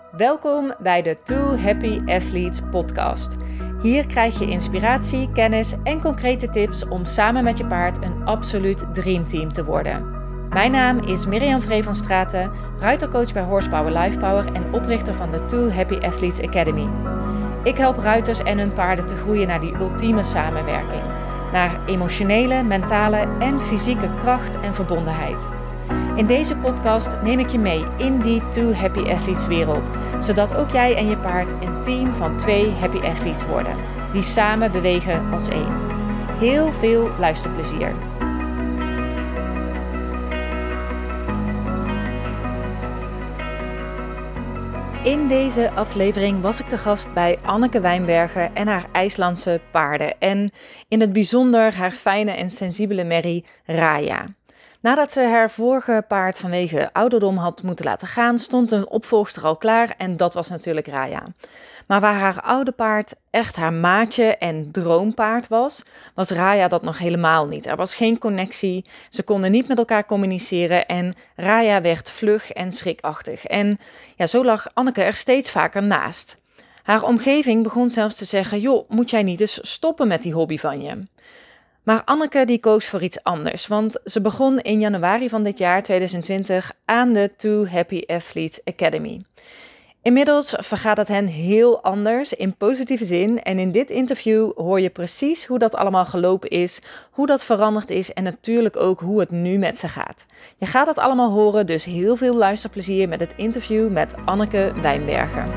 Welkom bij de Two Happy Athletes podcast. Hier krijg je inspiratie, kennis en concrete tips om samen met je paard een absoluut dreamteam te worden. Mijn naam is Mirjam Vree van Straten, ruitercoach bij Horsepower Lifepower en oprichter van de Two Happy Athletes Academy. Ik help ruiters en hun paarden te groeien naar die ultieme samenwerking. Naar emotionele, mentale en fysieke kracht en verbondenheid. In deze podcast neem ik je mee in die Two Happy Athletes wereld, zodat ook jij en je paard een team van 2 Happy Athletes worden, die samen bewegen als één. Heel veel luisterplezier. In deze aflevering was ik te gast bij Anneke Wijnberger en haar IJslandse paarden en in het bijzonder haar fijne en sensibele merrie Raya. Nadat ze haar vorige paard vanwege ouderdom had moeten laten gaan, stond een opvolgster al klaar en dat was natuurlijk Raya. Maar waar haar oude paard echt haar maatje en droompaard was, was Raya dat nog helemaal niet. Er was geen connectie, ze konden niet met elkaar communiceren en Raya werd vlug en schrikachtig. En ja, zo lag Anneke er steeds vaker naast. Haar omgeving begon zelfs te zeggen, joh, moet jij niet eens stoppen met die hobby van je? Maar Anneke die koos voor iets anders, want ze begon in januari van dit jaar 2020 aan de Two Happy Athletes Academy. Inmiddels vergaat het hen heel anders in positieve zin en in dit interview hoor je precies hoe dat allemaal gelopen is, hoe dat veranderd is en natuurlijk ook hoe het nu met ze gaat. Je gaat dat allemaal horen, dus heel veel luisterplezier met het interview met Anneke Wijnberger.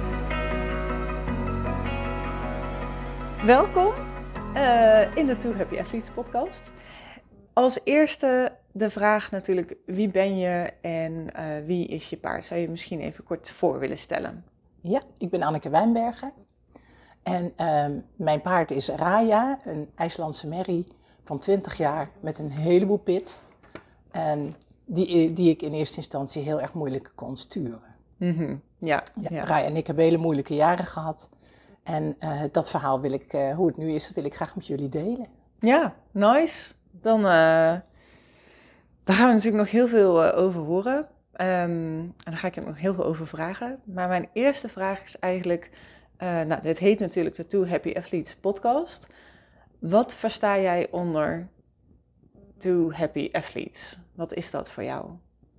Welkom in de Two Happy Athletes podcast. Als eerste de vraag natuurlijk, wie ben je en wie is je paard? Zou je misschien even kort voor willen stellen? Ja, ik ben Anneke Wijnberger en mijn paard is Raya, een IJslandse merrie van 20 jaar met een heleboel pit. En die ik in eerste instantie heel erg moeilijk kon sturen. Mm-hmm. Ja. Raya en ik hebben hele moeilijke jaren gehad. En dat verhaal hoe het nu is, wil ik graag met jullie delen. Ja, nice. Dan gaan we natuurlijk nog heel veel over horen. En daar ga ik je nog heel veel over vragen. Maar mijn eerste vraag is eigenlijk, dit heet natuurlijk de Two Happy Athletes podcast. Wat versta jij onder Two Happy Athletes? Wat is dat voor jou?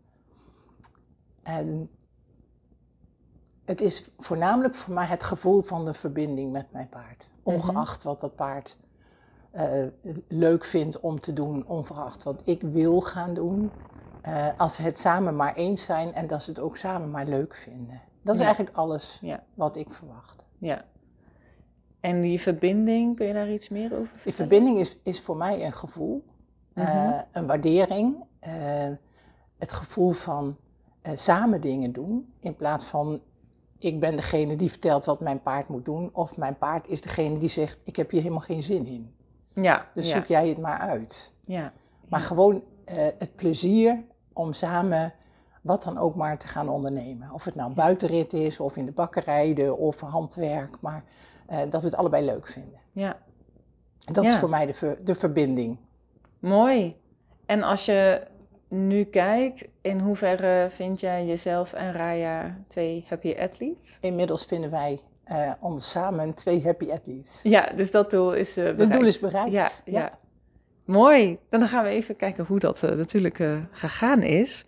En het is voornamelijk voor mij het gevoel van de verbinding met mijn paard. Ongeacht wat dat paard leuk vindt om te doen, ongeacht wat ik wil gaan doen. Als we het samen maar eens zijn en dat ze het ook samen maar leuk vinden. Dat is eigenlijk alles wat ik verwacht. Ja. En die verbinding, kun je daar iets meer over vertellen? Die verbinding is voor mij een gevoel, een waardering. Het gevoel van samen dingen doen in plaats van ik ben degene die vertelt wat mijn paard moet doen. Of mijn paard is degene die zegt, ik heb hier helemaal geen zin in. Ja, dus zoek jij het maar uit. Ja. Maar gewoon het plezier om samen wat dan ook maar te gaan ondernemen. Of het nou een buitenrit is, of in de bakken rijden, of handwerk. Maar dat we het allebei leuk vinden. Ja. En dat is voor mij de verbinding. Mooi. En als je nu kijkt, in hoeverre vind jij jezelf en Raya 2 happy athletes? Inmiddels vinden wij ons samen 2 happy athletes. Ja, dus dat doel is bereikt. Het doel is bereikt. Ja. Mooi. Dan gaan we even kijken hoe dat natuurlijk gegaan is.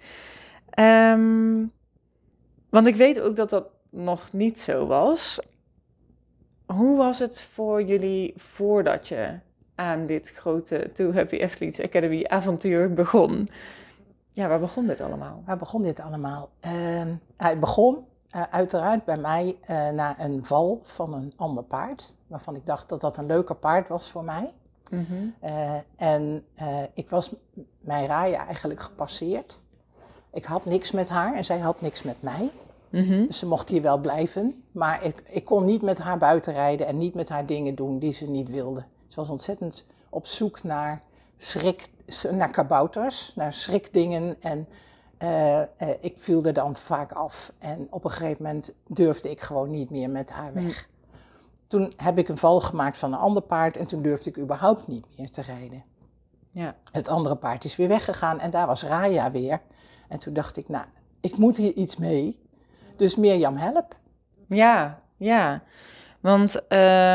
Want ik weet ook dat dat nog niet zo was. Hoe was het voor jullie voordat je aan dit grote Two Happy Athletes Academy avontuur begon? Ja, waar begon dit allemaal? Het begon uiteraard bij mij na een val van een ander paard. Waarvan ik dacht dat dat een leuker paard was voor mij. Mm-hmm. Ik was mijn Raya eigenlijk gepasseerd. Ik had niks met haar en zij had niks met mij. Mm-hmm. Dus ze mocht hier wel blijven. Maar ik kon niet met haar buiten rijden en niet met haar dingen doen die ze niet wilde. Ze was ontzettend op zoek naar kabouters, naar schrikdingen. En ik viel er dan vaak af. En op een gegeven moment durfde ik gewoon niet meer met haar weg. Toen heb ik een val gemaakt van een ander paard en toen durfde ik überhaupt niet meer te rijden. Ja. Het andere paard is weer weggegaan en daar was Raya weer. En toen dacht ik, nou, ik moet hier iets mee. Dus Mirjam, help. Ja, ja. Want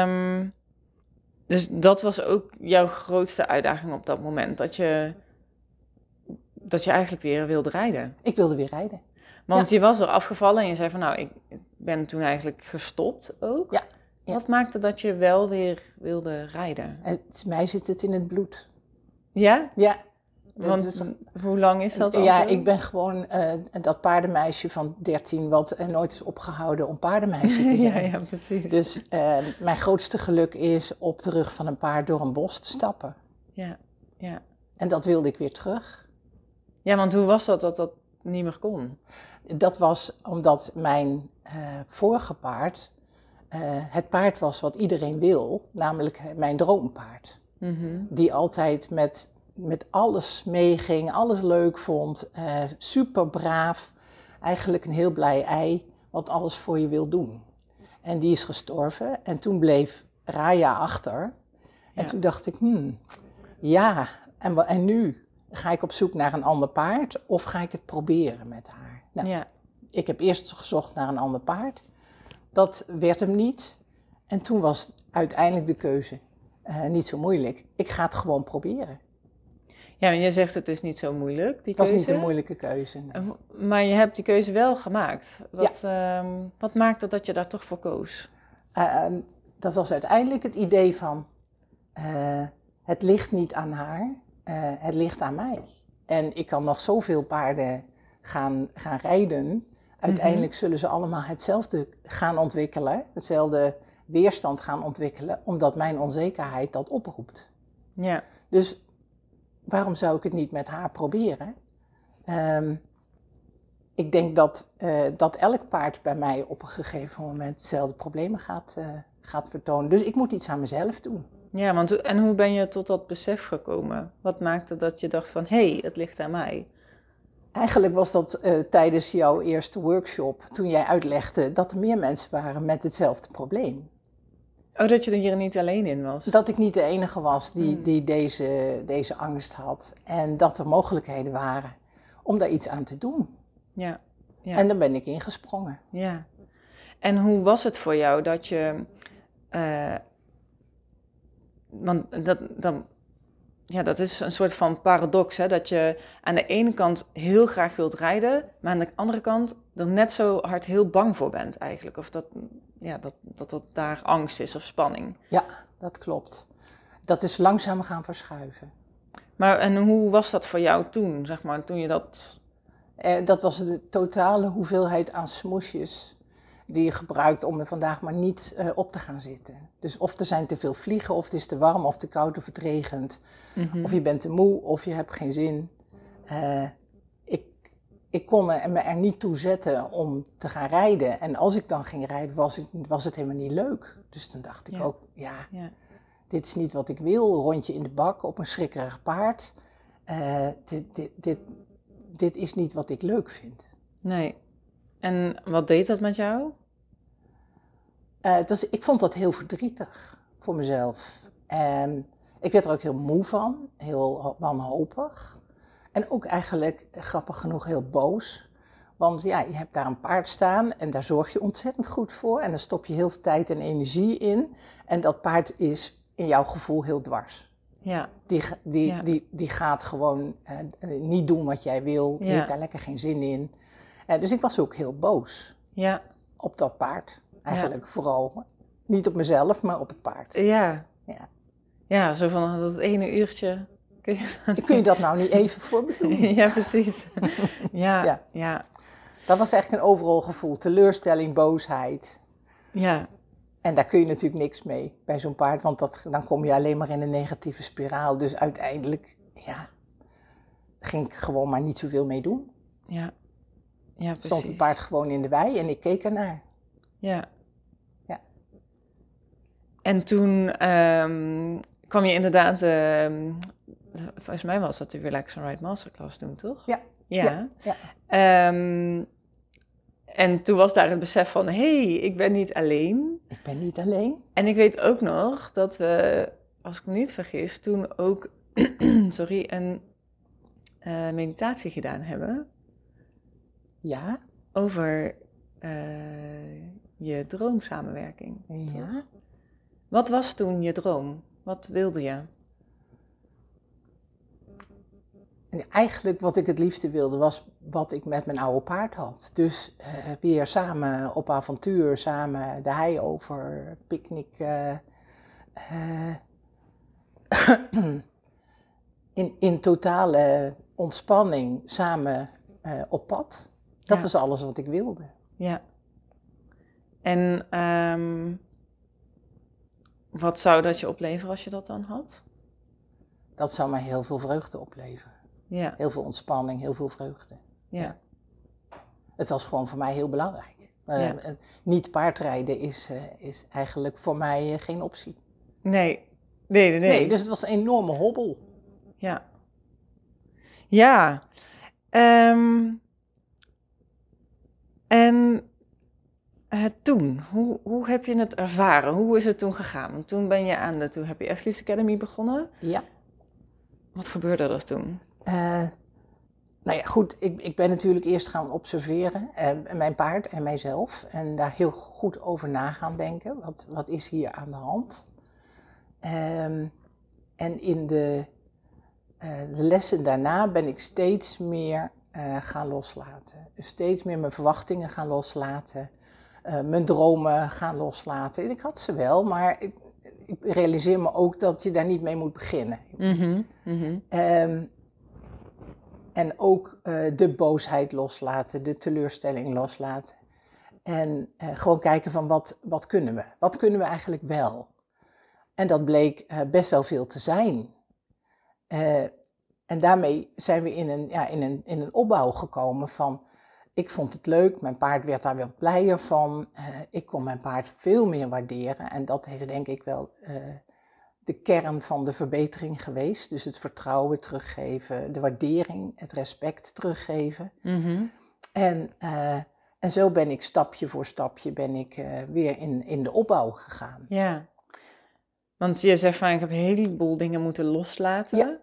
dus dat was ook jouw grootste uitdaging op dat moment. Dat je eigenlijk weer wilde rijden. Ik wilde weer rijden. Want je was er afgevallen en je zei van nou, ik ben toen eigenlijk gestopt ook. Ja. Wat maakte dat je wel weer wilde rijden? Mij zit het in het bloed. Ja? Ja. Want hoe lang is dat al? Ja, zo? ik ben gewoon dat paardenmeisje van 13 wat nooit is opgehouden om paardenmeisje te zijn. Ja, precies. Dus mijn grootste geluk is op de rug van een paard door een bos te stappen. Ja, ja. En dat wilde ik weer terug. Ja, want hoe was dat niet meer kon? Dat was omdat mijn vorige paard het paard was wat iedereen wil, namelijk mijn droompaard. Mm-hmm. Die altijd met alles meeging, alles leuk vond, super braaf, eigenlijk een heel blij ei, wat alles voor je wil doen. En die is gestorven en toen bleef Raya achter. En toen dacht ik, ja, en nu? Ga ik op zoek naar een ander paard of ga ik het proberen met haar? Nou, ik heb eerst gezocht naar een ander paard. Dat werd hem niet. En toen was uiteindelijk de keuze niet zo moeilijk. Ik ga het gewoon proberen. Ja, en je zegt het is niet zo moeilijk, die keuze. Het was niet een moeilijke keuze. Nee. Maar je hebt die keuze wel gemaakt. Wat maakte dat je daar toch voor koos? Dat was uiteindelijk het idee van, het ligt niet aan haar, het ligt aan mij. En ik kan nog zoveel paarden gaan rijden. Uiteindelijk zullen ze allemaal hetzelfde gaan ontwikkelen, hetzelfde weerstand gaan ontwikkelen, omdat mijn onzekerheid dat oproept. Ja. Dus waarom zou ik het niet met haar proberen? Ik denk dat elk paard bij mij op een gegeven moment hetzelfde problemen gaat vertonen. Dus ik moet iets aan mezelf doen. Ja, en hoe ben je tot dat besef gekomen? Wat maakte dat je dacht van, hé, het ligt aan mij? Eigenlijk was dat tijdens jouw eerste workshop, toen jij uitlegde dat er meer mensen waren met hetzelfde probleem. Oh, dat je er hier niet alleen in was? Dat ik niet de enige was die deze angst had. En dat er mogelijkheden waren om daar iets aan te doen. Ja. En dan ben ik ingesprongen. Ja. En hoe was het voor jou dat je... want dat is een soort van paradox, hè? Dat je aan de ene kant heel graag wilt rijden, maar aan de andere kant er net zo hard heel bang voor bent eigenlijk. Of dat daar angst is of spanning. Ja, dat klopt. Dat is langzaam gaan verschuiven. Maar en hoe was dat voor jou toen, zeg maar, toen je dat... Dat was de totale hoeveelheid aan smoesjes die je gebruikt om er vandaag maar niet op te gaan zitten. Dus of er zijn te veel vliegen, of het is te warm, of te koud, of het regent. Mm-hmm. Of je bent te moe, of je hebt geen zin. Ik kon me er niet toe zetten om te gaan rijden. En als ik dan ging rijden, was het helemaal niet leuk. Dus dan dacht ik ook, dit is niet wat ik wil. Rondje in de bak op een schrikkerig paard. Dit is niet wat ik leuk vind. Nee. En wat deed dat met jou? Ik vond dat heel verdrietig voor mezelf. Ik werd er ook heel moe van, heel wanhopig. En ook eigenlijk, grappig genoeg, heel boos. Want ja, je hebt daar een paard staan en daar zorg je ontzettend goed voor. En daar stop je heel veel tijd en energie in. En dat paard is in jouw gevoel heel dwars. Ja. Die gaat gewoon niet doen wat jij wil. Die heeft daar lekker geen zin in. Dus ik was ook heel boos op dat paard. Eigenlijk vooral niet op mezelf, maar op het paard. Ja, zo van dat ene uurtje. Kun je dat nou niet even voor me doen? Ja, precies. Ja. Dat was echt een overal gevoel. Teleurstelling, boosheid. Ja. En daar kun je natuurlijk niks mee bij zo'n paard, want dan kom je alleen maar in een negatieve spiraal. Dus uiteindelijk, ging ik gewoon maar niet zoveel mee doen. Ja, precies. Stond het paard gewoon in de wei en ik keek ernaar. Ja. En toen kwam je inderdaad, volgens mij was dat de Relax and Ride Masterclass toen, toch? Ja. En toen was daar het besef van, ik ben niet alleen. Ik ben niet alleen. En ik weet ook nog dat we, als ik me niet vergis, toen ook een meditatie gedaan hebben. Ja. Over je droomsamenwerking. Ja. Toch? Wat was toen je droom? Wat wilde je? En eigenlijk wat ik het liefste wilde was wat ik met mijn oude paard had. Dus weer samen op avontuur, samen de hei over, picknick. In totale ontspanning samen op pad. Dat was alles wat ik wilde. Ja. En wat zou dat je opleveren als je dat dan had? Dat zou mij heel veel vreugde opleveren. Ja. Heel veel ontspanning, heel veel vreugde. Ja. Het was gewoon voor mij heel belangrijk. Ja. Niet paardrijden is eigenlijk voor mij geen optie. Nee, dus het was een enorme hobbel. Ja. Ja. En toen, hoe heb je het ervaren? Hoe is het toen gegaan? Toen toen heb je Ashley's Academy begonnen. Ja. Wat gebeurde er toen? Nou ja, goed, ik ben natuurlijk eerst gaan observeren, mijn paard en mijzelf. En daar heel goed over na gaan denken. Wat is hier aan de hand? En in de lessen daarna ben ik steeds meer gaan loslaten. Dus steeds meer mijn verwachtingen gaan loslaten. Mijn dromen gaan loslaten. Ik had ze wel, maar ik realiseer me ook dat je daar niet mee moet beginnen. En ook de boosheid loslaten, de teleurstelling loslaten. En gewoon kijken van wat kunnen we? Wat kunnen we eigenlijk wel? En dat bleek best wel veel te zijn. En daarmee zijn we in een opbouw gekomen van... Ik vond het leuk, mijn paard werd daar wel blijer van. Ik kon mijn paard veel meer waarderen. En dat is denk ik wel de kern van de verbetering geweest. Dus het vertrouwen teruggeven, de waardering, het respect teruggeven. En zo ben ik stapje voor stapje weer in de opbouw gegaan. Ja, want je zegt van ik heb een heleboel dingen moeten loslaten. Ja.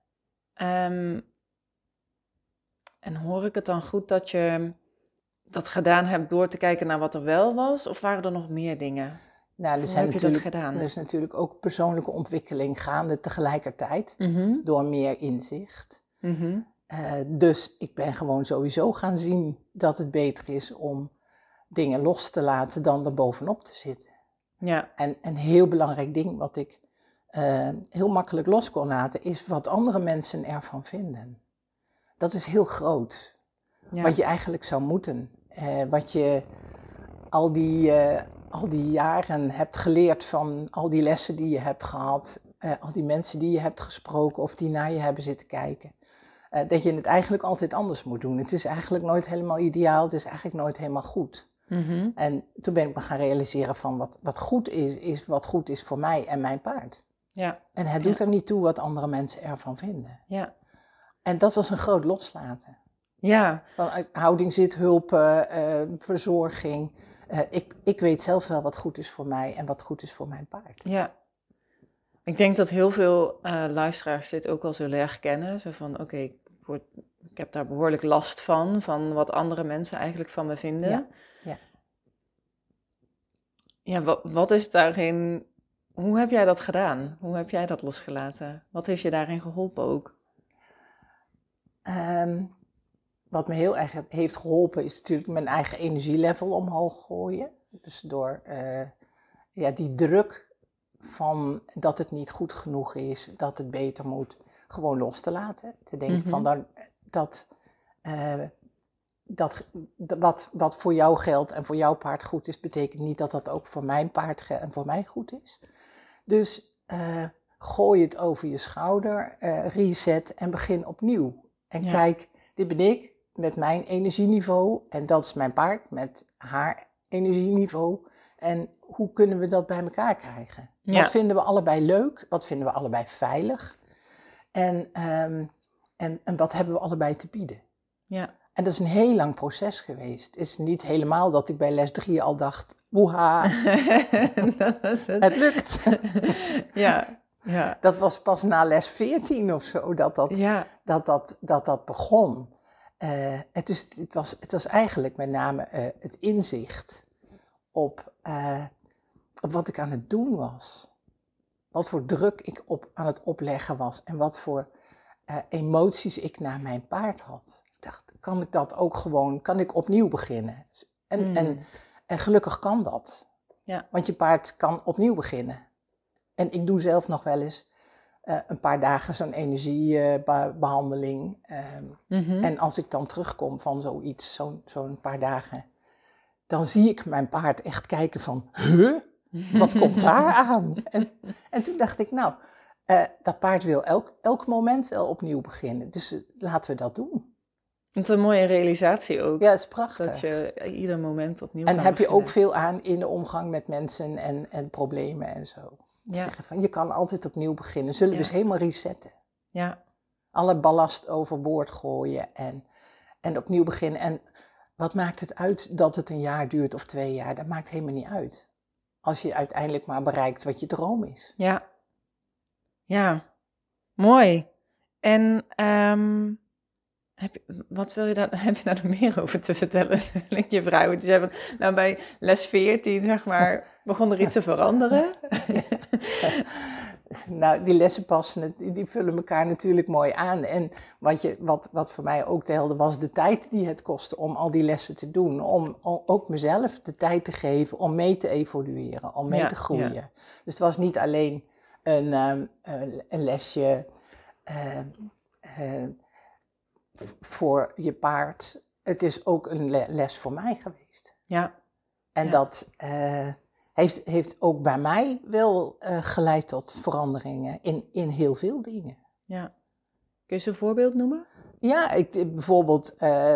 En hoor ik het dan goed dat je dat gedaan hebt door te kijken naar wat er wel was? Of waren er nog meer dingen? Nou, Hoe heb je dat gedaan? Er is natuurlijk ook persoonlijke ontwikkeling gaande tegelijkertijd. Door meer inzicht. Dus ik ben gewoon sowieso gaan zien dat het beter is om dingen los te laten dan er bovenop te zitten. Ja. En een heel belangrijk ding wat ik heel makkelijk los kon laten is wat andere mensen ervan vinden. Dat is heel groot. Ja. Wat je eigenlijk zou moeten. Wat je al die jaren hebt geleerd van al die lessen die je hebt gehad. Al die mensen die je hebt gesproken of die naar je hebben zitten kijken. Dat je het eigenlijk altijd anders moet doen. Het is eigenlijk nooit helemaal ideaal. Het is eigenlijk nooit helemaal goed. En toen ben ik me gaan realiseren van wat goed is wat goed is voor mij en mijn paard. Ja. En het doet er niet toe wat andere mensen ervan vinden. Ja. En dat was een groot loslaten. Ja. Van houding, zithulp, verzorging. Ik weet zelf wel wat goed is voor mij en wat goed is voor mijn paard. Ja. Ik denk dat heel veel luisteraars dit ook wel zullen herkennen. Zo van, oké, ik heb daar behoorlijk last van wat andere mensen eigenlijk van me vinden. Ja. Ja. Ja, wat is daarin... Hoe heb jij dat gedaan? Hoe heb jij dat losgelaten? Wat heeft je daarin geholpen ook? Wat me heel erg heeft geholpen is natuurlijk mijn eigen energielevel omhoog gooien. Dus door die druk van dat het niet goed genoeg is, dat het beter moet, gewoon los te laten. Te denken van wat voor jou geldt en voor jouw paard goed is, betekent niet dat dat ook voor mijn paard en voor mij goed is. Dus gooi het over je schouder, reset en begin opnieuw. En kijk, dit ben ik met mijn energieniveau en dat is mijn paard met haar energieniveau. En hoe kunnen we dat bij elkaar krijgen? Ja. Wat vinden we allebei leuk? Wat vinden we allebei veilig? En wat hebben we allebei te bieden? Ja. En dat is een heel lang proces geweest. Het is niet helemaal dat ik bij les 3 al dacht, woeha, het lukt. Ja. Ja. Dat was pas na les 14 of zo dat begon. Het was eigenlijk met name het inzicht op wat ik aan het doen was. Wat voor druk ik aan het opleggen was en wat voor emoties ik naar mijn paard had. Ik dacht, kan ik dat ook gewoon, kan ik opnieuw beginnen? En gelukkig kan dat. Ja. Want je paard kan opnieuw beginnen. En ik doe zelf nog wel eens een paar dagen zo'n energiebehandeling. En als ik dan terugkom van zoiets, zo'n paar dagen, dan zie ik mijn paard echt kijken van, wat komt daar aan? En toen dacht ik, nou, dat paard wil elk moment wel opnieuw beginnen. Dus laten we dat doen. Het is een mooie realisatie ook. Ja, het is prachtig. Dat je ieder moment opnieuw en kan heb je beginnen. ook veel aan in de omgang met mensen en problemen en zo. Zeggen van, je kan altijd opnieuw beginnen. Zullen we eens helemaal resetten. Ja. Alle ballast overboord gooien en opnieuw beginnen. En wat maakt het uit dat het een jaar duurt of 2 jaar? Dat maakt helemaal niet uit. Als je uiteindelijk maar bereikt wat je droom is. Ja. Ja. Mooi. En heb je daar nog meer over te vertellen? Je vrouwtjes hebben, nou bij les 14, zeg maar, begon er iets te veranderen. Nou, die lessen passen, die vullen elkaar natuurlijk mooi aan. En wat voor mij ook telde, was de tijd die het kostte om al die lessen te doen. Om ook mezelf de tijd te geven om mee te evolueren, om mee te groeien. Ja. Dus het was niet alleen een lesje voor je paard. Het is ook een les voor mij geweest. Ja. En dat heeft ook bij mij wel geleid tot veranderingen in heel veel dingen. Ja. Kun je zo'n voorbeeld noemen? Ja, bijvoorbeeld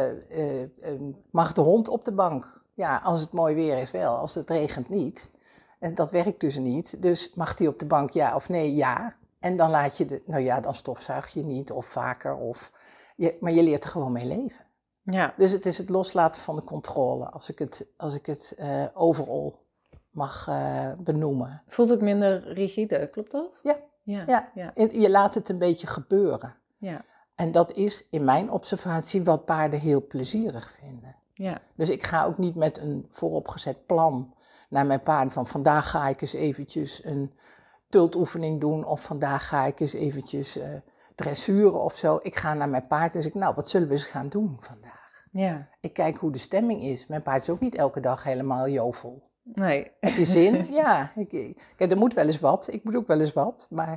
mag de hond op de bank? Ja, als het mooi weer is wel, als het regent niet. En dat werkt dus niet. Dus mag die op de bank ja of nee? Ja. En dan dan stofzuig je niet of vaker. Maar je leert er gewoon mee leven. Ja. Dus het is het loslaten van de controle, als ik het overal mag benoemen. Voelt ook minder rigide, klopt dat? Ja. Je laat het een beetje gebeuren. Ja. En dat is in mijn observatie wat paarden heel plezierig vinden. Ja. Dus ik ga ook niet met een vooropgezet plan naar mijn paarden van vandaag ga ik eens eventjes een tultoefening doen of vandaag ga ik eens eventjes dressuren of zo. Ik ga naar mijn paard en zeg nou, wat zullen we eens gaan doen vandaag? Ja. Ik kijk hoe de stemming is. Mijn paard is ook niet elke dag helemaal jovel. Nee. Heb je zin? Ja. Kijk, er moet wel eens wat. Ik moet ook wel eens wat. Maar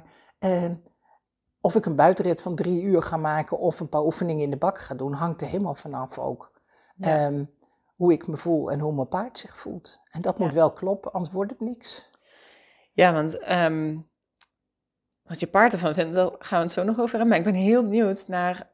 of ik een buitenrit van 3 uur ga maken of een paar oefeningen in de bak ga doen, hangt er helemaal vanaf ook. Ja. Hoe ik me voel en hoe mijn paard zich voelt. En dat moet wel kloppen, anders wordt het niks. Ja, want wat je paard ervan vindt, daar gaan we het zo nog over hebben. Maar ik ben heel benieuwd naar...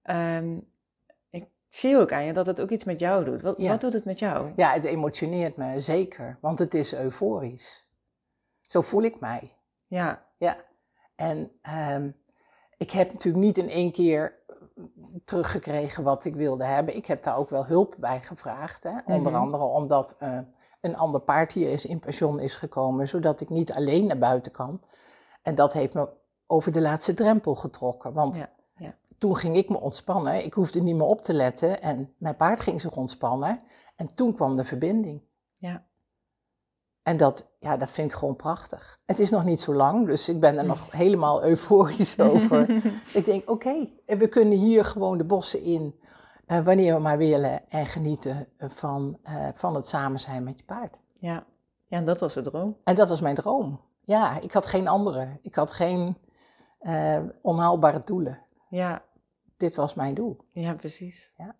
ik zie ook aan je dat het ook iets met jou doet. Wat doet het met jou? Ja, het emotioneert me, zeker. Want het is euforisch. Zo voel ik mij. Ja. Ja. En ik heb natuurlijk niet in 1 keer teruggekregen wat ik wilde hebben. Ik heb daar ook wel hulp bij gevraagd. Hè? Onder andere omdat een ander paard hier in pension is gekomen, zodat ik niet alleen naar buiten kan. En dat heeft me over de laatste drempel getrokken. Want toen ging ik me ontspannen. Ik hoefde niet meer op te letten en mijn paard ging zich ontspannen. En toen kwam de verbinding. Ja. En dat vind ik gewoon prachtig. Het is nog niet zo lang, dus ik ben er nog helemaal euforisch over. Ik denk, oké, we kunnen hier gewoon de bossen in, wanneer we maar willen, en genieten van het samen zijn met je paard. Ja, en dat was de droom. En dat was mijn droom. Ja, ik had geen andere. Ik had geen onhaalbare doelen. Ja. Dit was mijn doel. Ja, precies. Ja.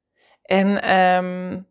En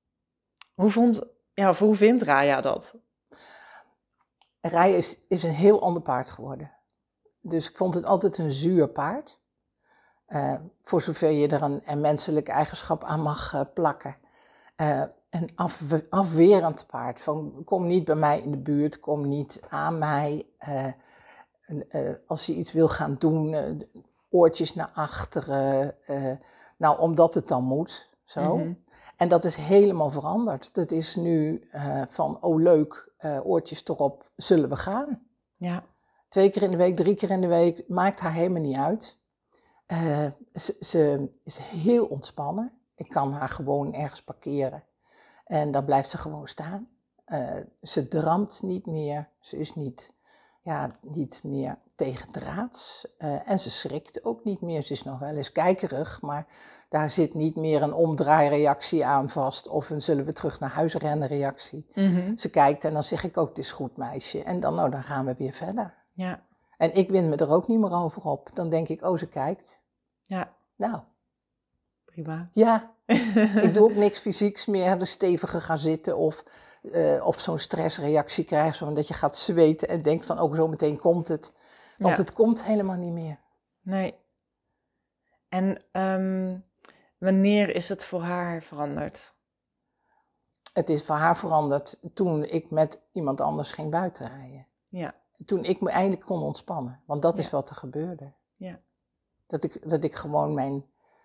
hoe vindt Raya dat? Raya is een heel ander paard geworden. Dus ik vond het altijd een zuur paard. Voor zover je er een menselijke eigenschap aan mag plakken. Een afwerend paard. Van kom niet bij mij in de buurt, kom niet aan mij. Als je iets wil gaan doen, oortjes naar achteren. Omdat het dan moet. Zo. Mm-hmm. En dat is helemaal veranderd. Dat is nu van, oh leuk, oortjes erop, zullen we gaan? Ja. 2 keer in de week, 3 keer in de week, maakt haar helemaal niet uit. Ze is heel ontspannen. Ik kan haar gewoon ergens parkeren en dan blijft ze gewoon staan. Ze dramt niet meer, ze is niet meer tegendraads. En ze schrikt ook niet meer. Ze is nog wel eens kijkerig, maar daar zit niet meer een omdraaireactie aan vast of een zullen we terug naar huis rennen reactie. Mhm. Ze kijkt en dan zeg ik ook, het is goed meisje. En dan gaan we weer verder. Ja. En ik wind me er ook niet meer over op. Dan denk ik, ze kijkt. Ja. Nou, Prima. ja, ik doe ook niks fysieks meer, de stevige gaan zitten of zo'n stressreactie krijgt, zo dat je gaat zweten en denkt van, zo meteen komt het. Want het komt helemaal niet meer. Nee. En wanneer is het voor haar veranderd? Het is voor haar veranderd toen ik met iemand anders ging buitenrijden. Ja. Toen ik me eindelijk kon ontspannen, want dat is wat er gebeurde. Ja. Dat ik gewoon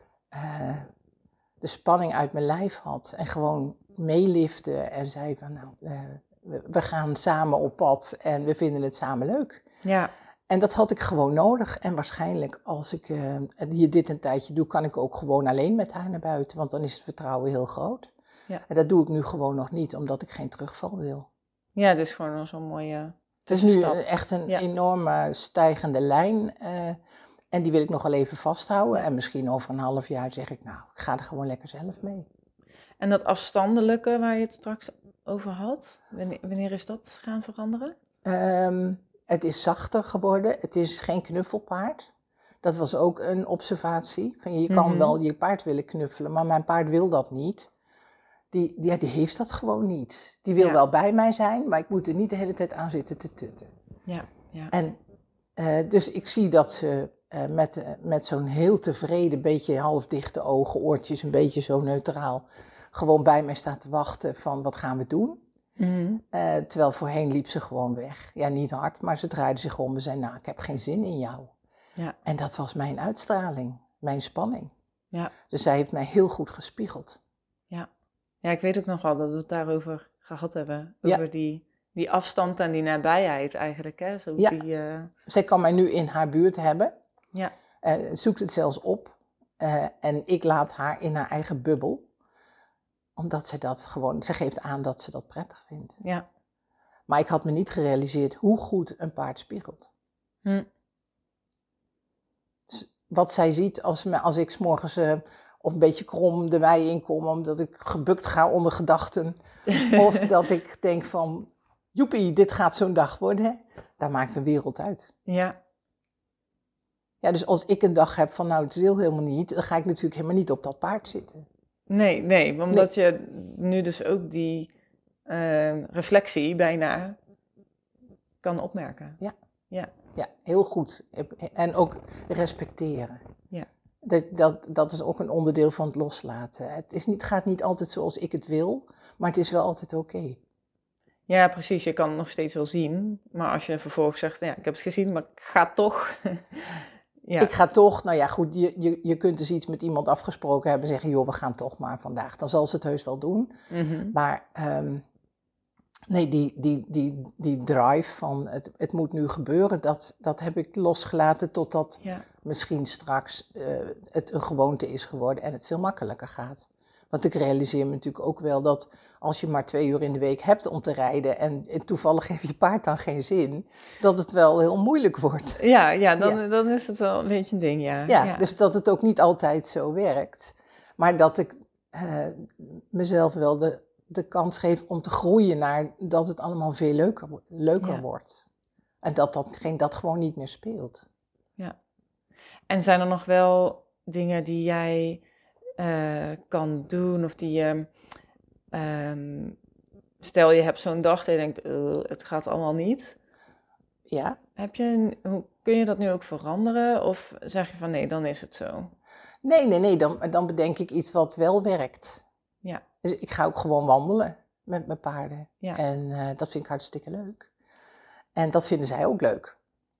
de spanning uit mijn lijf had en gewoon meelifte en zei van we gaan samen op pad en we vinden het samen leuk. Ja. En dat had ik gewoon nodig en waarschijnlijk als ik hier dit een tijdje doe, kan ik ook gewoon alleen met haar naar buiten, want dan is het vertrouwen heel groot. Ja. En dat doe ik nu gewoon nog niet, omdat ik geen terugval wil. Ja, dus gewoon al zo'n mooie Het is nu tussenstap. echt een enorme stijgende lijn. En die wil ik nog wel even vasthouden. En misschien over een half jaar zeg ik, ik ga er gewoon lekker zelf mee. En dat afstandelijke waar je het straks over had, wanneer is dat gaan veranderen? Het is zachter geworden. Het is geen knuffelpaard. Dat was ook een observatie. Van je kan wel je paard willen knuffelen, maar mijn paard wil dat niet. Die heeft dat gewoon niet. Die wil wel bij mij zijn, maar ik moet er niet de hele tijd aan zitten te tutten. Ja, ja. En dus ik zie dat ze met zo'n heel tevreden, beetje halfdichte ogen, oortjes, een beetje zo neutraal, gewoon bij mij staat te wachten van wat gaan we doen. Mm-hmm. Terwijl voorheen liep ze gewoon weg. Ja, niet hard, maar ze draaide zich om en zei, ik heb geen zin in jou. Ja. En dat was mijn uitstraling, mijn spanning. Ja. Dus zij heeft mij heel goed gespiegeld. Ja. Ja, ik weet ook nog wel dat we het daarover gehad hebben. Over die afstand en die nabijheid eigenlijk. Hè? Zo Zij kan mij nu in haar buurt hebben. Ja. Zoekt het zelfs op. En ik laat haar in haar eigen bubbel. Omdat ze geeft aan dat ze dat prettig vindt. Ja. Maar ik had me niet gerealiseerd hoe goed een paard spiegelt. Dus wat zij ziet als ik 's morgens of een beetje krom de wei inkom, omdat ik gebukt ga onder gedachten. Of dat ik denk van, joepie, dit gaat zo'n dag worden. Daar maakt een wereld uit. Ja. Ja, dus als ik een dag heb van, het wil helemaal niet, dan ga ik natuurlijk helemaal niet op dat paard zitten. Nee, omdat je nu dus ook die reflectie bijna kan opmerken. Ja, heel goed. En ook respecteren. Ja. Dat is ook een onderdeel van het loslaten. Het gaat niet altijd zoals ik het wil, maar het is wel altijd oké. Ja, precies. Je kan het nog steeds wel zien. Maar als je vervolgens zegt, ik heb het gezien, maar ik ga toch. Ja. Ik ga toch, goed, je kunt dus iets met iemand afgesproken hebben en zeggen, joh, we gaan toch maar vandaag. Dan zal ze het heus wel doen. Mm-hmm. Maar nee, die drive van het moet nu gebeuren, dat heb ik losgelaten totdat misschien straks het een gewoonte is geworden en het veel makkelijker gaat. Want ik realiseer me natuurlijk ook wel dat als je maar 2 uur in de week hebt om te rijden en toevallig heeft je paard dan geen zin, dat het wel heel moeilijk wordt. Dan is het wel een beetje een ding, Ja, dus dat het ook niet altijd zo werkt. Maar dat ik mezelf wel de kans geef om te groeien naar dat het allemaal veel leuker wordt. En dat gewoon niet meer speelt. Ja. En zijn er nog wel dingen die jij kan doen of die je... stel je hebt zo'n dag dat je denkt, het gaat allemaal niet. Ja. Kun je dat nu ook veranderen? Of zeg je van nee, dan is het zo? Nee, dan bedenk ik iets wat wel werkt. Ja. Dus ik ga ook gewoon wandelen met mijn paarden. Ja. En dat vind ik hartstikke leuk. En dat vinden zij ook leuk.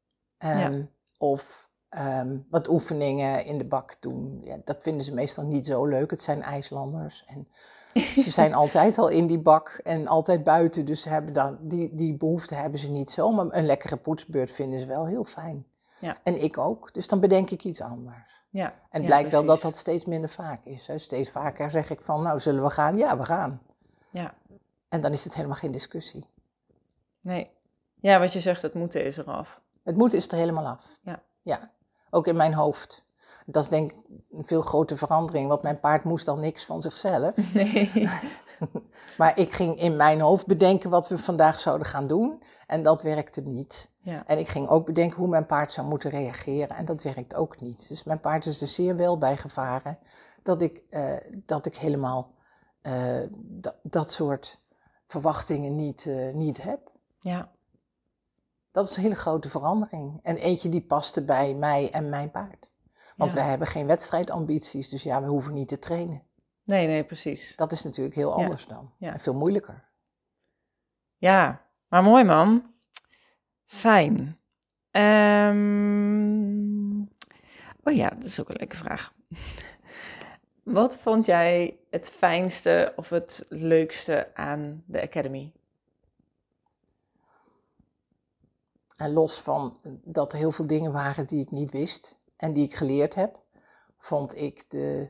Of wat oefeningen in de bak doen. Ja, dat vinden ze meestal niet zo leuk. Het zijn IJslanders. En ze zijn altijd al in die bak en altijd buiten. Dus ze hebben dan, die behoefte hebben ze niet zo. Maar een lekkere poetsbeurt vinden ze wel heel fijn. Ja. En ik ook. Dus dan bedenk ik iets anders. Ja, En het ja, blijkt wel dat precies. dat steeds minder vaak is. Hè. Steeds vaker zeg ik van, nou, zullen we gaan? Ja, we gaan. Ja, En dan is het helemaal geen discussie. nee. Ja, wat je zegt, het moeten is eraf. Het moet is er helemaal af. Ja. Ja, ook in mijn hoofd. Dat is denk ik een veel grote verandering, want mijn paard moest al niks van zichzelf. Nee. Maar ik ging in mijn hoofd bedenken wat we vandaag zouden gaan doen. En dat werkte niet. Ja, En ik ging ook bedenken hoe mijn paard zou moeten reageren. En dat werkt ook niet. Dus mijn paard is er zeer wel bij gevaren dat ik helemaal dat soort verwachtingen niet heb. ja, Dat is een hele grote verandering. En eentje die paste bij mij en mijn paard. Want ja. wij hebben geen wedstrijdambities, dus ja, we hoeven niet te trainen. Nee, precies. Dat is natuurlijk heel anders dan. Ja. En veel moeilijker. Ja, maar mooi man. Fijn. Oh ja, dat is ook een leuke vraag. Wat vond jij het fijnste of het leukste aan de Academy? En los van dat er heel veel dingen waren die ik niet wist en die ik geleerd heb, vond ik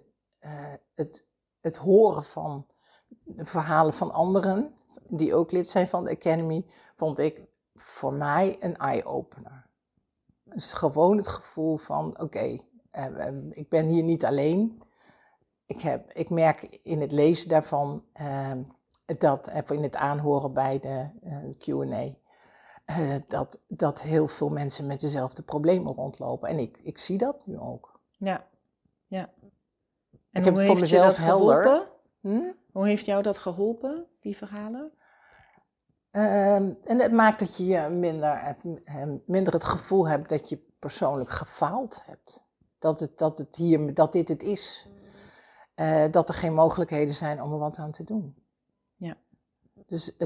het horen van de verhalen van anderen, die ook lid zijn van de Academy, vond ik voor mij een eye-opener. Dus gewoon het gevoel van, oké, ik ben hier niet alleen. Ik merk in het lezen daarvan, in het aanhoren bij de Q&A, dat heel veel mensen met dezelfde problemen rondlopen. En ik zie dat nu ook. Ja, ja. En Ik heb hoe het voor heeft je mezelf dat helder. geholpen? Hoe heeft jou dat geholpen, die verhalen? En het maakt dat je minder het gevoel hebt dat je persoonlijk gefaald hebt. Dat dit het is. Dat er geen mogelijkheden zijn om er wat aan te doen. Ja. Dus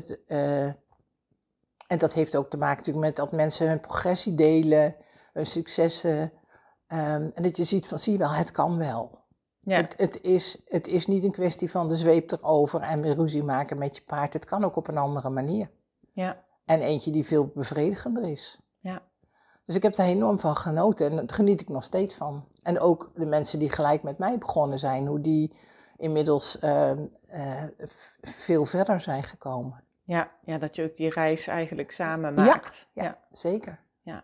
en dat heeft ook te maken natuurlijk met dat mensen hun progressie delen, hun successen. En dat je ziet van, zie je wel, het kan wel. Ja. Het is niet een kwestie van de zweep erover en weer ruzie maken met je paard. Het kan ook op een andere manier. Ja. En eentje die veel bevredigender is. Ja. Dus ik heb daar enorm van genoten en daar geniet ik nog steeds van. En ook de mensen die gelijk met mij begonnen zijn, hoe die inmiddels veel verder zijn gekomen. Ja, dat je ook die reis eigenlijk samen maakt. Ja, zeker. Ja.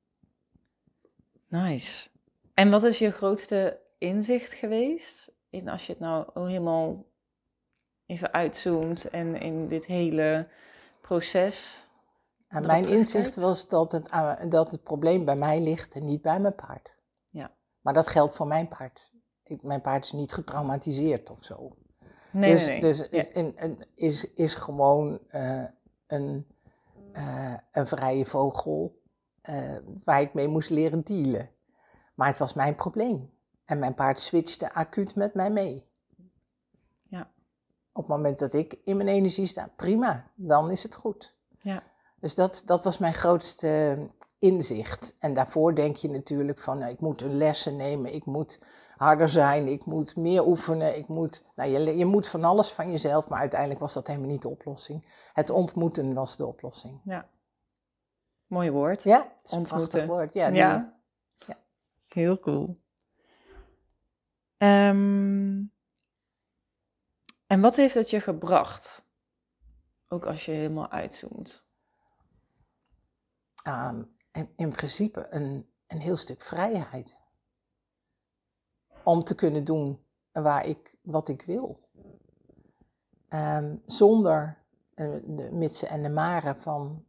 Nice. En wat is je grootste inzicht geweest? Als je het nou helemaal even uitzoomt en in dit hele proces. En mijn inzicht was dat het probleem bij mij ligt en niet bij mijn paard. Ja. Maar dat geldt voor mijn paard. Mijn paard is niet getraumatiseerd of zo. Nee. Dus is gewoon een vrije vogel waar ik mee moest leren dealen. Maar het was mijn probleem. En mijn paard switchte acuut met mij mee. Ja. Op het moment dat ik in mijn energie sta, prima, dan is het goed. Ja. Dus dat was mijn grootste inzicht. En daarvoor denk je natuurlijk van, nou, ik moet lessen nemen, ik moet harder zijn, ik moet meer oefenen, je moet van alles van jezelf, maar uiteindelijk was dat helemaal niet de oplossing. Het ontmoeten was de oplossing. Ja. Mooi woord. Ja, dat is een Ontmoeten. prachtig woord. Ja. Ja. Heel cool. En wat heeft het je gebracht? Ook als je helemaal uitzoomt. In principe een heel stuk vrijheid. Om te kunnen doen wat ik wil. Zonder de mitsen en de maren van,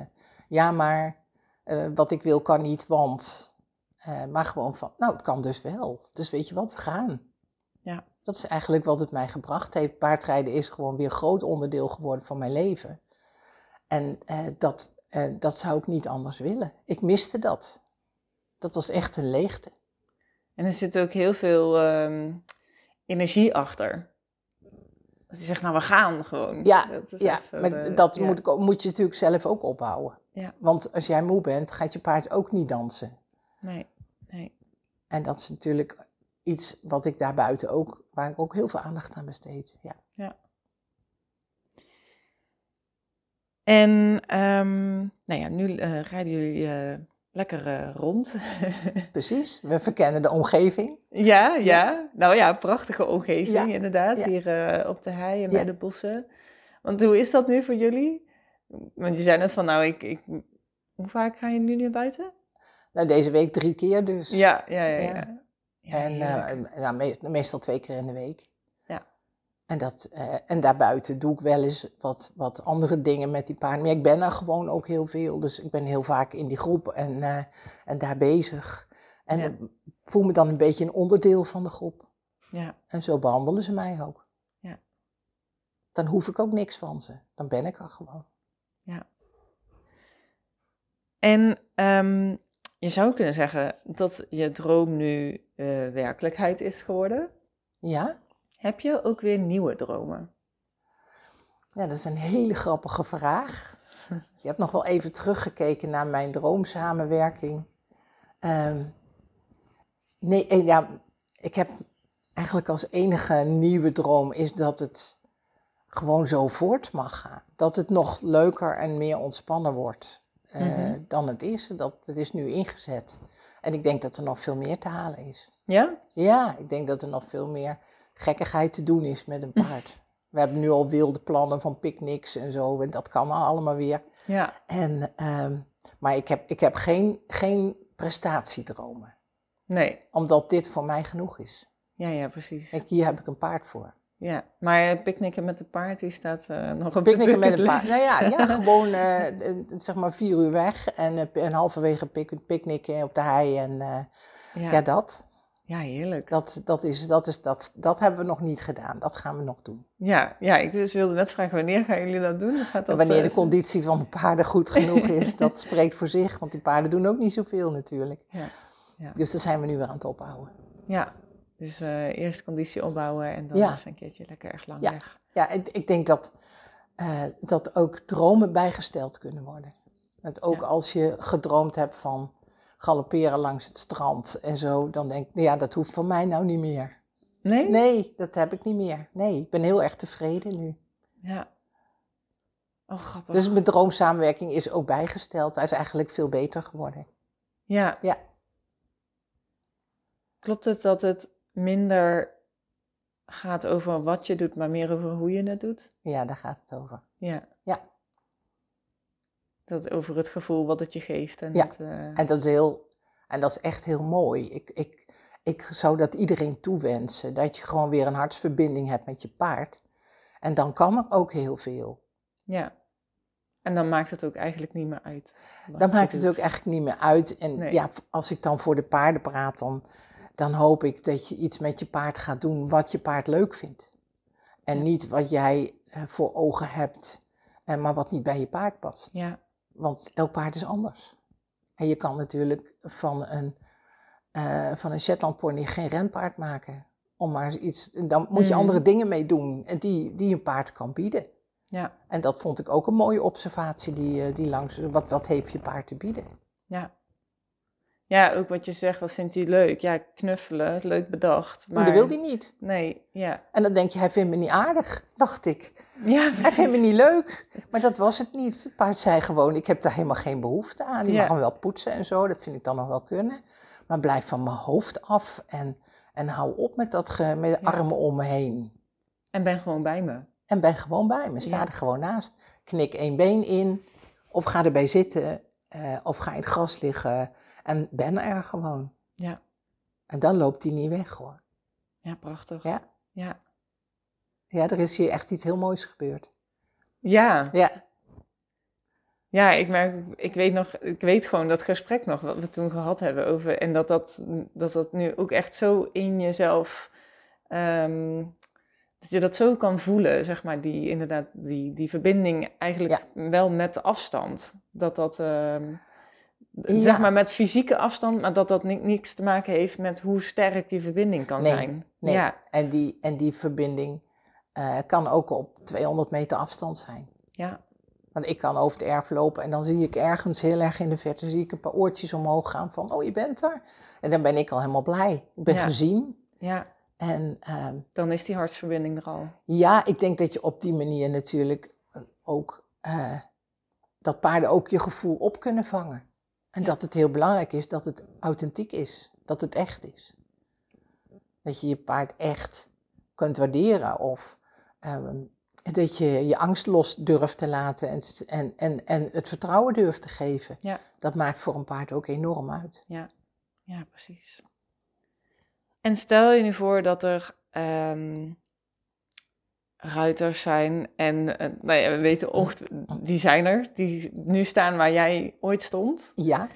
wat ik wil kan niet, want... maar gewoon van, nou, het kan dus wel. Dus weet je wat, we gaan. Ja. Dat is eigenlijk wat het mij gebracht heeft. Paardrijden is gewoon weer een groot onderdeel geworden van mijn leven. En dat zou ik niet anders willen. Ik miste dat. Dat was echt een leegte. En er zit ook heel veel energie achter. Dat je zegt, nou, we gaan gewoon. Ja, dat is ja, zo maar dat moet je natuurlijk zelf ook opbouwen. Ja. Want als jij moe bent, gaat je paard ook niet dansen. Nee. En dat is natuurlijk iets wat ik daarbuiten ook, waar ik ook heel veel aandacht aan besteed. Ja. En nu rijden jullie lekker rond. Precies, we verkennen de omgeving. Ja. Nou ja, prachtige omgeving inderdaad. Ja. Hier op de hei en bij de bossen. Want hoe is dat nu voor jullie? Want je zei net van, hoe vaak ga je nu naar buiten? Nou, deze week 3 keer dus. Ja. En meestal 2 keer in de week. Ja. En daarbuiten doe ik wel eens wat andere dingen met die paarden. Maar ik ben er gewoon ook heel veel. Dus ik ben heel vaak in die groep en daar bezig. En ik voel me dan een beetje een onderdeel van de groep. Ja. En zo behandelen ze mij ook. Ja. Dan hoef ik ook niks van ze. Dan ben ik er gewoon. Ja. En je zou kunnen zeggen dat je droom nu werkelijkheid is geworden. Ja. Heb je ook weer nieuwe dromen? Ja, dat is een hele grappige vraag. Je hebt nog wel even teruggekeken naar mijn droomsamenwerking. Ik heb eigenlijk als enige nieuwe droom is dat het gewoon zo voort mag gaan. Dat het nog leuker en meer ontspannen wordt dan het is. Het is nu ingezet. En ik denk dat er nog veel meer te halen is. Ja? Ja, ik denk dat er nog veel meer gekkigheid te doen is met een paard. We hebben nu al wilde plannen van picknicks en zo. En dat kan allemaal weer. Ja. Maar ik heb geen prestatiedromen. Nee. Omdat dit voor mij genoeg is. Ja, precies. Hier heb ik een paard voor. Ja, maar picknicken met een paard, die staat nog op picknicken de met een paard. bucketlist. Nou ja, gewoon zeg maar 4 uur weg en halverwege picknicken op de hei en dat. Ja, heerlijk. Dat hebben we nog niet gedaan. Dat gaan we nog doen. Ja, ik wilde net vragen, wanneer gaan jullie dat doen? Wanneer de conditie van de paarden goed genoeg is, dat spreekt voor zich. Want die paarden doen ook niet zoveel natuurlijk. Ja. Dus daar zijn we nu weer aan het opbouwen. Ja, dus eerst conditie opbouwen en dan eens een keertje lekker erg lang weg. Ja, ik denk dat ook dromen bijgesteld kunnen worden. Dat ook als je gedroomd hebt van galopperen langs het strand en zo, dan denk ik, dat hoeft van mij nou niet meer. Nee? Nee, dat heb ik niet meer. Nee, ik ben heel erg tevreden nu. Ja. Oh, grappig. Dus mijn droomsamenwerking is ook bijgesteld. Hij is eigenlijk veel beter geworden. Ja. Klopt het dat het minder gaat over wat je doet, maar meer over hoe je het doet? Ja, daar gaat het over. Ja. Dat over het gevoel wat het je geeft. En en dat is echt heel mooi. Ik zou dat iedereen toewensen. Dat je gewoon weer een hartsverbinding hebt met je paard. En dan kan er ook heel veel. Ja. En dan maakt het ook eigenlijk niet meer uit. Dan maakt het ook eigenlijk niet meer uit. En als ik dan voor de paarden praat, dan hoop ik dat je iets met je paard gaat doen wat je paard leuk vindt. En niet wat jij voor ogen hebt, maar wat niet bij je paard past. Ja. Want elk paard is anders. En je kan natuurlijk van een Shetland pony geen renpaard maken. Dan moet je andere dingen mee doen die een paard kan bieden. Ja. En dat vond ik ook een mooie observatie die langs, wat heeft je paard te bieden? Ja. Ja, ook wat je zegt, wat vindt hij leuk? Ja, knuffelen, leuk bedacht. Maar dat wil hij niet. Nee, ja. En dan denk je, hij vindt me niet aardig, dacht ik. Ja, precies. Hij vindt me niet leuk. Maar dat was het niet. Het paard zei gewoon, ik heb daar helemaal geen behoefte aan. Die mag hem wel poetsen en zo, dat vind ik dan nog wel kunnen. Maar blijf van mijn hoofd af en hou op met met de armen om me heen. En ben gewoon bij me. En ben gewoon bij me, sta er gewoon naast. Knik 1 been in, of ga erbij zitten, of ga in het gras liggen. En ben er gewoon. Ja. En dan loopt hij niet weg, hoor. Ja, prachtig. Ja. Ja. Ja, er is hier echt iets heel moois gebeurd. Ja. Ja. Ja, ik weet gewoon dat gesprek nog, wat we toen gehad hebben over, en dat nu ook echt zo in jezelf, dat je dat zo kan voelen, zeg maar, die verbinding eigenlijk wel met de afstand. Zeg maar met fysieke afstand, maar dat niks te maken heeft met hoe sterk die verbinding kan zijn. Nee, ja. En die verbinding kan ook op 200 meter afstand zijn. Ja. Want ik kan over het erf lopen en dan zie ik ergens heel erg in de verte, zie ik een paar oortjes omhoog gaan van, oh, je bent er. En dan ben ik al helemaal blij. Ik ben gezien. Ja. En dan is die hartsverbinding er al. Ja, ik denk dat je op die manier natuurlijk ook, dat paarden ook je gevoel op kunnen vangen. En dat het heel belangrijk is dat het authentiek is. Dat het echt is. Dat je je paard echt kunt waarderen. Of dat je je angst los durft te laten. En het vertrouwen durft te geven. Ja. Dat maakt voor een paard ook enorm uit. Ja, precies. En stel je nu voor dat er ruiters zijn. En nou ja, we weten, die zijn er. Die nu staan waar jij ooit stond. Ja.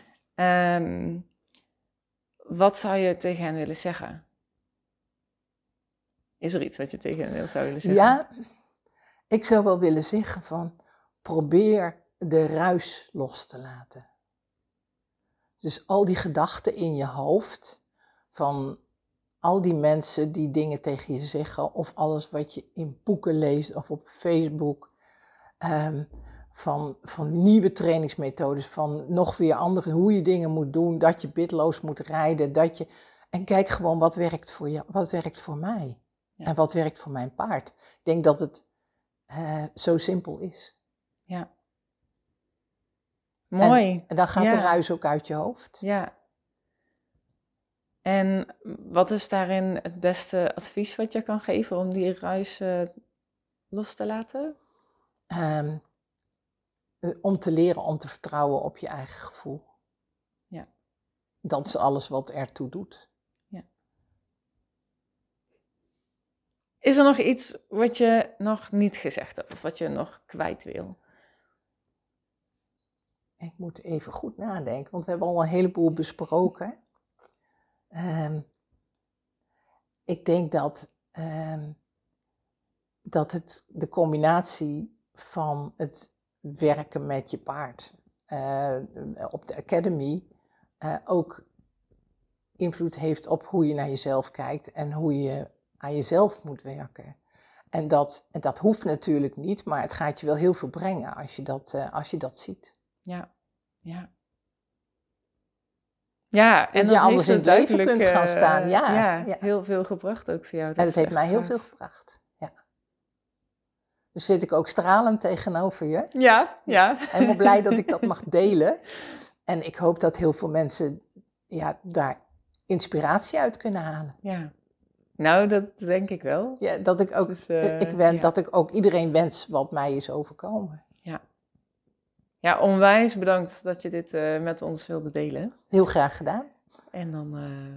Wat zou je tegen hen willen zeggen? Is er iets wat je tegen hen zou willen zeggen? Ja, ik zou wel willen zeggen van probeer de ruis los te laten. Dus al die gedachten in je hoofd van al die mensen die dingen tegen je zeggen of alles wat je in boeken leest of op Facebook, van nieuwe trainingsmethodes, van nog weer andere, hoe je dingen moet doen, dat je bitloos moet rijden, en kijk gewoon wat werkt voor je, wat werkt voor mij en wat werkt voor mijn paard. Ik denk dat het zo simpel is. Ja. Mooi. En dan gaat de ruis ook uit je hoofd. Ja. En wat is daarin het beste advies wat je kan geven om die ruis los te laten? Om te leren om te vertrouwen op je eigen gevoel. Ja. Dat is alles wat ertoe doet. Ja. Is er nog iets wat je nog niet gezegd hebt of wat je nog kwijt wil? Ik moet even goed nadenken, want we hebben al een heleboel besproken. Ik denk dat de combinatie van het werken met je paard op de Academy ook invloed heeft op hoe je naar jezelf kijkt en hoe je aan jezelf moet werken. En dat hoeft natuurlijk niet, maar het gaat je wel heel veel brengen als je dat ziet. Ja, ja. Ja, en dat je anders in het leven kunt gaan staan. Ja, heel veel gebracht ook voor jou. En dat heeft mij heel veel gebracht. Ja. Dus zit ik ook stralend tegenover je. Ja. Helemaal blij dat ik dat mag delen. En ik hoop dat heel veel mensen daar inspiratie uit kunnen halen. Ja. Nou, dat denk ik wel. Ja, dat ik ook, dat ik ook iedereen wens wat mij is overkomen. Ja, onwijs bedankt dat je dit met ons wilde delen. Heel graag gedaan. En dan,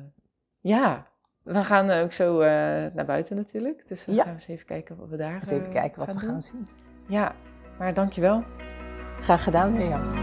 we gaan ook zo naar buiten natuurlijk. Dus we gaan eens even kijken wat we daar gaan zien. Ja, maar dankjewel. Graag gedaan, Mirjam.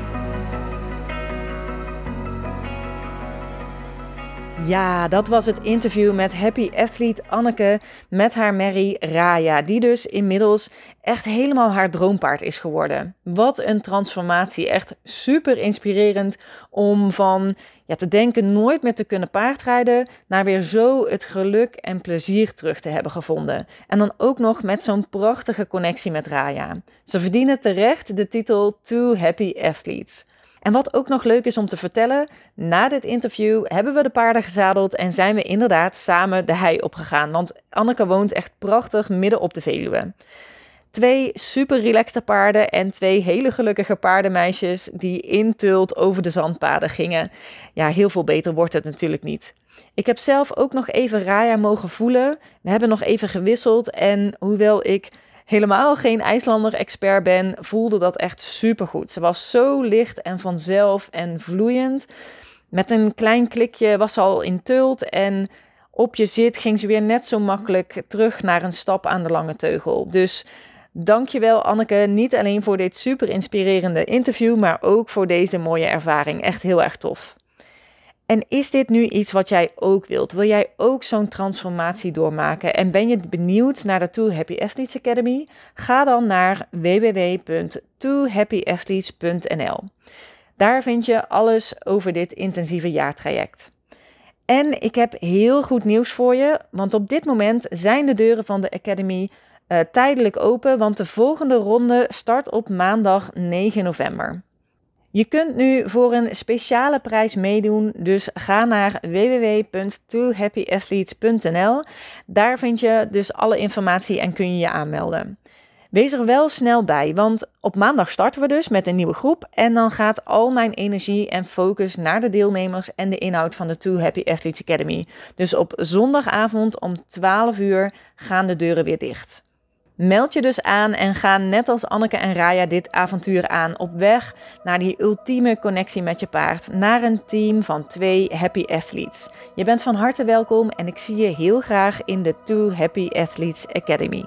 Ja, dat was het interview met Happy Athlete Anneke met haar merrie Raya, die dus inmiddels echt helemaal haar droompaard is geworden. Wat een transformatie, echt super inspirerend om van te denken nooit meer te kunnen paardrijden, naar weer zo het geluk en plezier terug te hebben gevonden. En dan ook nog met zo'n prachtige connectie met Raya. Ze verdienen terecht de titel Two Happy Athletes. En wat ook nog leuk is om te vertellen, na dit interview hebben we de paarden gezadeld en zijn we inderdaad samen de hei opgegaan. Want Anneke woont echt prachtig midden op de Veluwe. 2 super relaxte paarden en 2 hele gelukkige paardenmeisjes die in Tult over de zandpaden gingen. Ja, heel veel beter wordt het natuurlijk niet. Ik heb zelf ook nog even Raya mogen voelen. We hebben nog even gewisseld en hoewel ik helemaal geen IJslander-expert ben, voelde dat echt supergoed. Ze was zo licht en vanzelf en vloeiend. Met een klein klikje was ze al in Tult en op je zit ging ze weer net zo makkelijk terug naar een stap aan de lange teugel. Dus dankjewel Anneke, niet alleen voor dit super inspirerende interview, maar ook voor deze mooie ervaring. Echt heel erg tof. En is dit nu iets wat jij ook wilt? Wil jij ook zo'n transformatie doormaken? En ben je benieuwd naar de Two Happy Athletes Academy? Ga dan naar www.twohappyathletes.nl. Daar vind je alles over dit intensieve jaartraject. En ik heb heel goed nieuws voor je, want op dit moment zijn de deuren van de Academy tijdelijk open, want de volgende ronde start op maandag 9 november. Je kunt nu voor een speciale prijs meedoen, dus ga naar www.twohappyathletes.nl. Daar vind je dus alle informatie en kun je je aanmelden. Wees er wel snel bij, want op maandag starten we dus met een nieuwe groep en dan gaat al mijn energie en focus naar de deelnemers en de inhoud van de Too Happy Athletes Academy. Dus op zondagavond om 12 uur gaan de deuren weer dicht. Meld je dus aan en ga net als Anneke en Raya dit avontuur aan op weg naar die ultieme connectie met je paard, naar een team van 2 happy athletes. Je bent van harte welkom en ik zie je heel graag in de Too Happy Athletes Academy.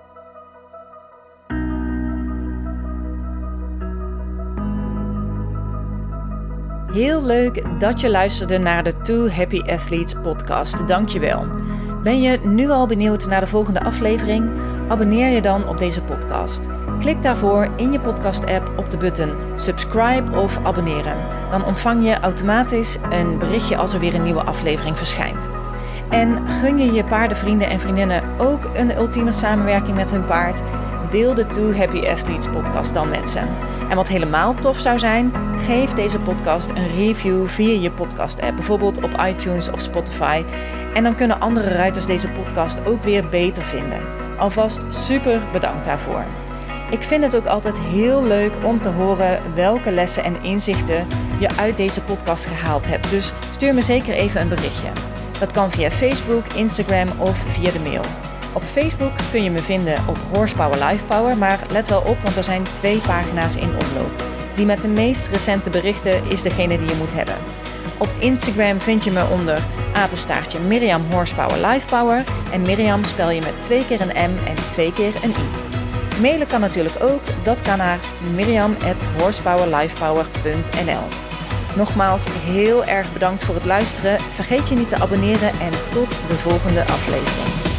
Heel leuk dat je luisterde naar de Too Happy Athletes podcast. Dankjewel. Ben je nu al benieuwd naar de volgende aflevering? Abonneer je dan op deze podcast. Klik daarvoor in je podcast-app op de button subscribe of abonneren. Dan ontvang je automatisch een berichtje als er weer een nieuwe aflevering verschijnt. En gun je je paardenvrienden en vriendinnen ook een ultieme samenwerking met hun paard? Deel de Too Happy Athletes podcast dan met ze. En wat helemaal tof zou zijn, geef deze podcast een review via je podcast-app, bijvoorbeeld op iTunes of Spotify. En dan kunnen andere ruiters deze podcast ook weer beter vinden. Alvast super bedankt daarvoor. Ik vind het ook altijd heel leuk om te horen welke lessen en inzichten je uit deze podcast gehaald hebt. Dus stuur me zeker even een berichtje. Dat kan via Facebook, Instagram of via de mail. Op Facebook kun je me vinden op Horsepower Lifepower, maar let wel op, want er zijn 2 pagina's in omloop. Die met de meest recente berichten is degene die je moet hebben. Op Instagram vind je me onder apenstaartje Miriam Horsepower Lifepower en Miriam spel je met 2 keer een M en 2 keer een I. Mailen kan natuurlijk ook, dat kan naar miriam@horsepowerlifepower.nl. Nogmaals heel erg bedankt voor het luisteren, vergeet je niet te abonneren en tot de volgende aflevering.